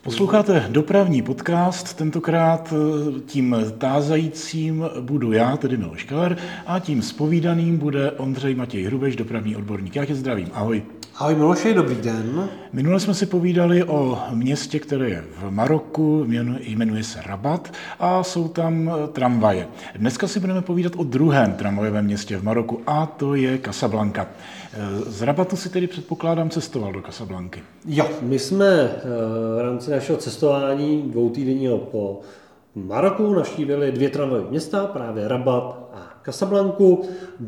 Posloucháte dopravní podcast, tentokrát tím tázajícím budu já, tedy Miloš Keller, a tím zpovídaným bude Ondřej Matěj Hrubeš, dopravní odborník. Já tě zdravím, ahoj. Ahoj Miloši, dobrý den. Minule jsme si povídali o městě, které je v Maroku, jmenuje se Rabat a jsou tam tramvaje. Dneska si budeme povídat o druhém tramvajovém městě v Maroku a to je Casablanca. Z Rabatu si tedy předpokládám cestoval do Casablanky. Jo, my jsme v rámci našeho cestování dvoutýdenního po Maroku navštívili dvě tramvajové města, právě Rabat a Casablanku.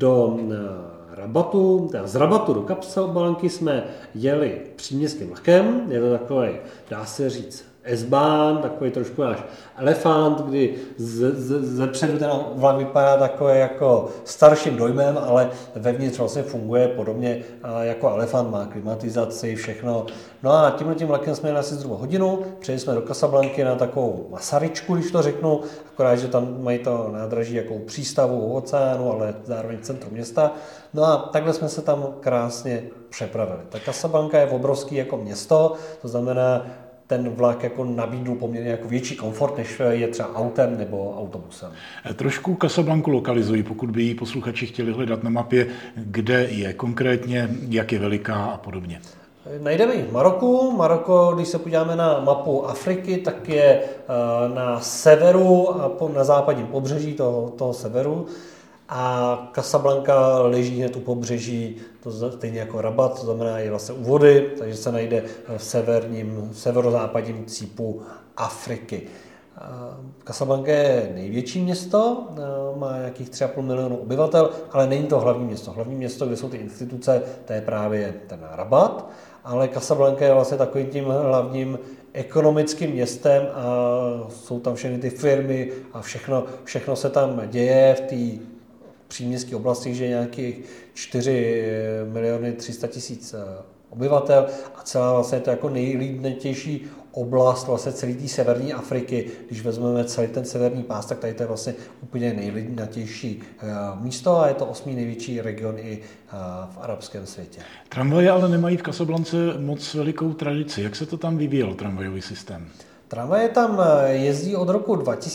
Z Rabatu do Casablanky jsme jeli příměstským vlakem, je to takový, dá se říct, S-Bahn, takový trošku náš elefant, kdy zepředu ten vlak vypadá takový jako starším dojmem, ale vevnitř vlastně funguje podobně jako elefant, má klimatizaci, všechno. No a tímhletím vlakem jsme jeli asi zhruba hodinu, přijeli jsme do Casablanky na takovou Masaryčku, když to řeknu, akorát, že tam mají to nádraží jako přístavu u oceánu, ale zároveň centrum města. No a takhle jsme se tam krásně přepravili. Ta Casablanca je obrovský jako město, to znamená, ten vlak jako nabídl poměrně jako větší komfort, než je třeba autem nebo autobusem. Trošku Casablanku lokalizují, pokud by ji posluchači chtěli hledat na mapě, kde je konkrétně, jak je veliká a podobně. Najdeme ji v Maroku. Maroko, když se podíváme na mapu Afriky, tak je na severu a na západním pobřeží toho severu. A Casablanca leží hned u pobřeží, to stejně jako Rabat, to znamená je vlastně u vody, takže se najde v severozápadním cípu Afriky. Casablanca je největší město, má nějakých 3,5 milionu obyvatel, ale není to hlavní město. Hlavní město, kde jsou ty instituce, to je právě ten Rabat, ale Casablanca je vlastně takovým tím hlavním ekonomickým městem a jsou tam všechny ty firmy a všechno se tam děje v té příměstské oblasti, že je nějakých 4 miliony 300 tisíc obyvatel a celá vlastně to jako nejlidnatější oblast vlastně celé té severní Afriky. Když vezmeme celý ten severní pás, tak tady to je vlastně úplně nejlidnatější místo a je to 8. největší region i v arabském světě. Tramvaje ale nemají v Casablance moc velikou tradici. Jak se to tam vyvíjel, tramvajový systém? Tramvaje tam jezdí od roku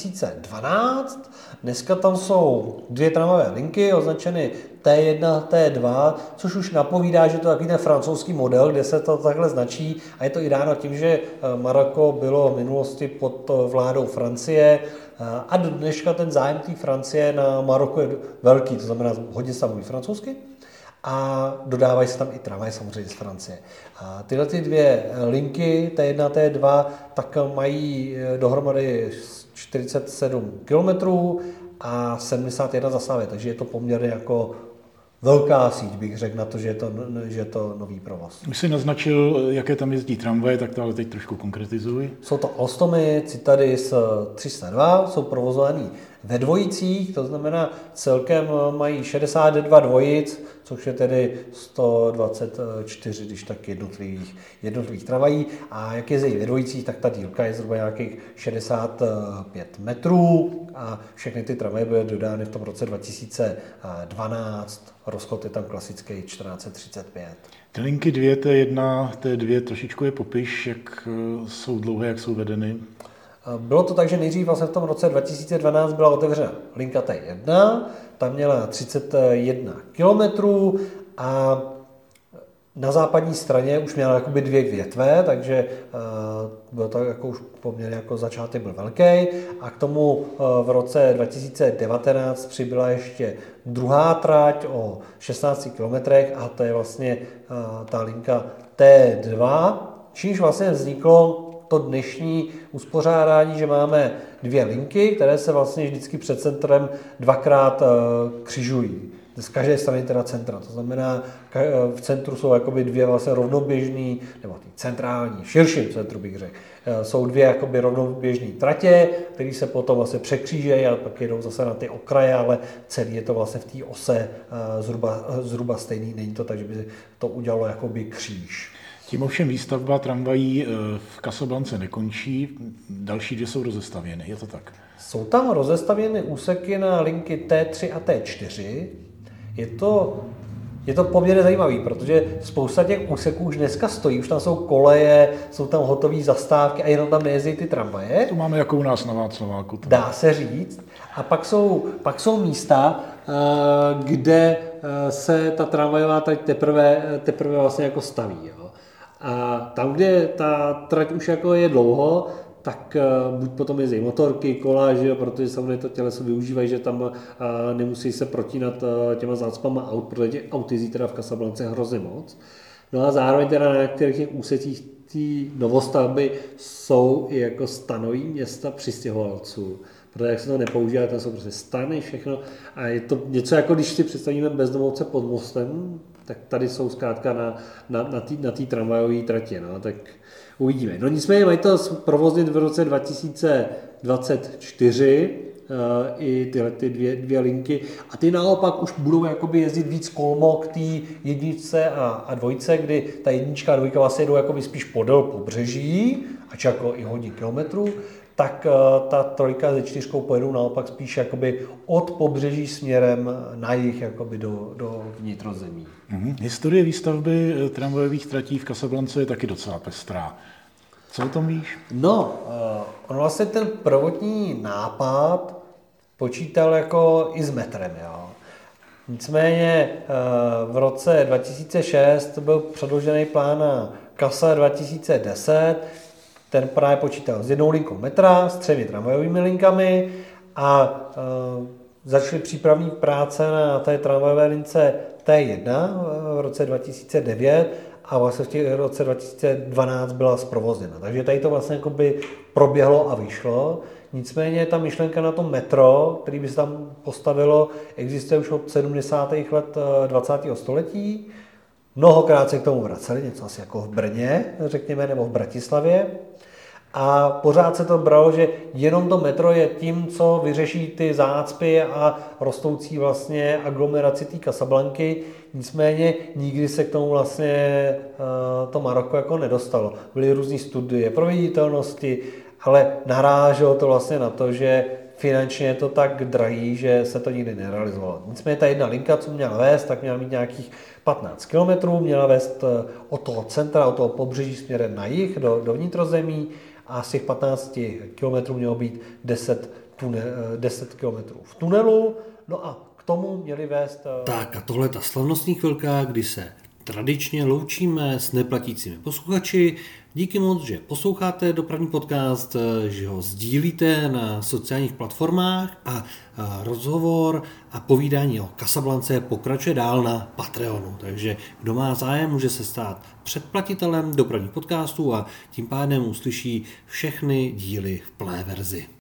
2012. Dneska tam jsou dvě tramvajové linky označeny T1, T2, což už napovídá, že to je takový ten francouzský model, kde se to takhle značí. A je to i dáno tím, že Maroko bylo v minulosti pod vládou Francie a do dneška ten zájem té Francie na Maroku je velký, to znamená hodně se mluví francouzsky. A dodávají se tam i tramvaje samozřejmě z Francie. A tyhle ty dvě linky, T1 a T2, tak mají dohromady 47 km a 71 zastávek, takže je to poměrně jako velká síť, bych řekl na to, že je to nový provoz. Už jsi naznačil, jaké tam jezdí tramvaje, tak to ale teď trošku konkretizuj. Jsou to Alstomy, Citadis 302, jsou provozovaný ve dvojicích, to znamená celkem mají 62 dvojic, což je tedy 124, když tak jednotlivých tramvají. A jak jezdí ve dvojicích, tak ta dílka je zhruba nějakých 65 metrů a všechny ty tramvaje byly dodány v tom roce 2012. Rozchod je tam klasický 1435. Ty linky 2, T1, T2, trošičku je popiš, jak jsou dlouhé, jak jsou vedeny. Bylo to tak, že nejdřív vlastně v tom roce 2012 byla otevřena linka T1, tam měla 31 kilometrů a na západní straně už měla jakoby dvě větve, takže bylo to jako už poměrně jako začátek byl velký a k tomu v roce 2019 přibyla ještě druhá trať o 16 kilometrech a to je vlastně ta linka T2, čímž vlastně vzniklo to dnešní uspořádání, že máme dvě linky, které se vlastně vždycky před centrem dvakrát křižují. Z každé strany teda centra. To znamená, v centru jsou jakoby dvě vlastně rovnoběžný, nebo centrální, v širším centru bych řekl, jsou dvě jakoby rovnoběžné tratě, které se potom vlastně překřížejí a pak jedou zase na ty okraje, ale celý je to vlastně v té ose zhruba stejný. Není to tak, že by to udělalo jakoby kříž. Tím ovšem výstavba tramvají v Casablance nekončí, další dvě jsou rozestavěny, je to tak? Jsou tam rozestavěny úseky na linky T3 a T4. Je to Je to poměrně zajímavý, protože spousta těch úseků už dneska stojí, už tam jsou koleje, jsou tam hotové zastávky a jenom tam nejezdí ty tramvaje. To máme jako u nás na Václaváku. Dá se říct. A pak jsou místa, kde se ta tramvajová trať teprve vlastně jako staví. Jo. A tam, kde ta trať už jako je dlouho, tak buď potom jezdí motorky, kola, že jo, protože samozřejmě to těleso využívají, že tam nemusí se protínat těma zácpama aut, protože těch aut jezdí teda v Casablance hrozně moc. No a zároveň teda na některých těch úsecích té novostavby jsou i jako stanoví města přistěhovalců. Protože jak se to nepoužívá, tam jsou prostě stany, všechno. A je to něco jako když si představíme bezdomovce pod mostem, tak tady jsou zkrátka na té tramvajové tratě. No, tak uvidíme. No nicméně mají to provoznit v roce 2024 i tyhle ty dvě linky a ty naopak už budou jakoby jezdit víc kolmo k té jedničce a dvojce, kdy ta jednička a dvojka vlastně jdou jakoby spíš podél pobřeží, ač jako i hodně kilometrů, tak ta trojka se čtyřkou pojedou naopak spíš jakoby od pobřeží směrem na jih jakoby do vnitrozemí. Historie výstavby tramvajových tratí v Casablance je taky docela pestrá. Co o tom víš? No, on vlastně ten prvotní nápad počítal jako i s metrem, jo. Nicméně v roce 2006 byl předložený plán na Casa 2010, ten právě počítal s jednou linkou metra, s 3 tramvajovými linkami a začaly přípravní práce na té tramvajové lince T1 v roce 2009 a vlastně v roce 2012 byla zprovozněna. Takže tady to vlastně jakoby proběhlo a vyšlo. Nicméně ta myšlenka na to metro, který by se tam postavilo, existuje už od 70. let 20. století. Mnohokrát se k tomu vraceli, něco asi jako v Brně, řekněme, nebo v Bratislavě. A pořád se to bralo, že jenom to metro je tím, co vyřeší ty zácpy a rostoucí vlastně aglomeraci té Casablanky. Nicméně nikdy se k tomu vlastně to Maroko jako nedostalo. Byly různé studie proveditelnosti, ale naráželo to vlastně na to, že finančně je to tak drahý, že se to nikdy nerealizovalo. Nicméně ta jedna linka, co měla vést, tak měla mít nějakých 15 kilometrů, měla vést od toho centra, od toho pobřeží směrem na jih do vnitrozemí a z těch 15 kilometrů mělo být 10 kilometrů v tunelu. No a k tomu měli vést... Tak a tohle je ta slavnostní chvilka, kdy se tradičně loučíme s neplatícími posluchači. Díky moc, že posloucháte dopravní podcast, že ho sdílíte na sociálních platformách a rozhovor a povídání o Casablance pokračuje dál na Patreonu. Takže kdo má zájem, může se stát předplatitelem dopravních podcastů a tím pádem uslyší všechny díly v plné verzi.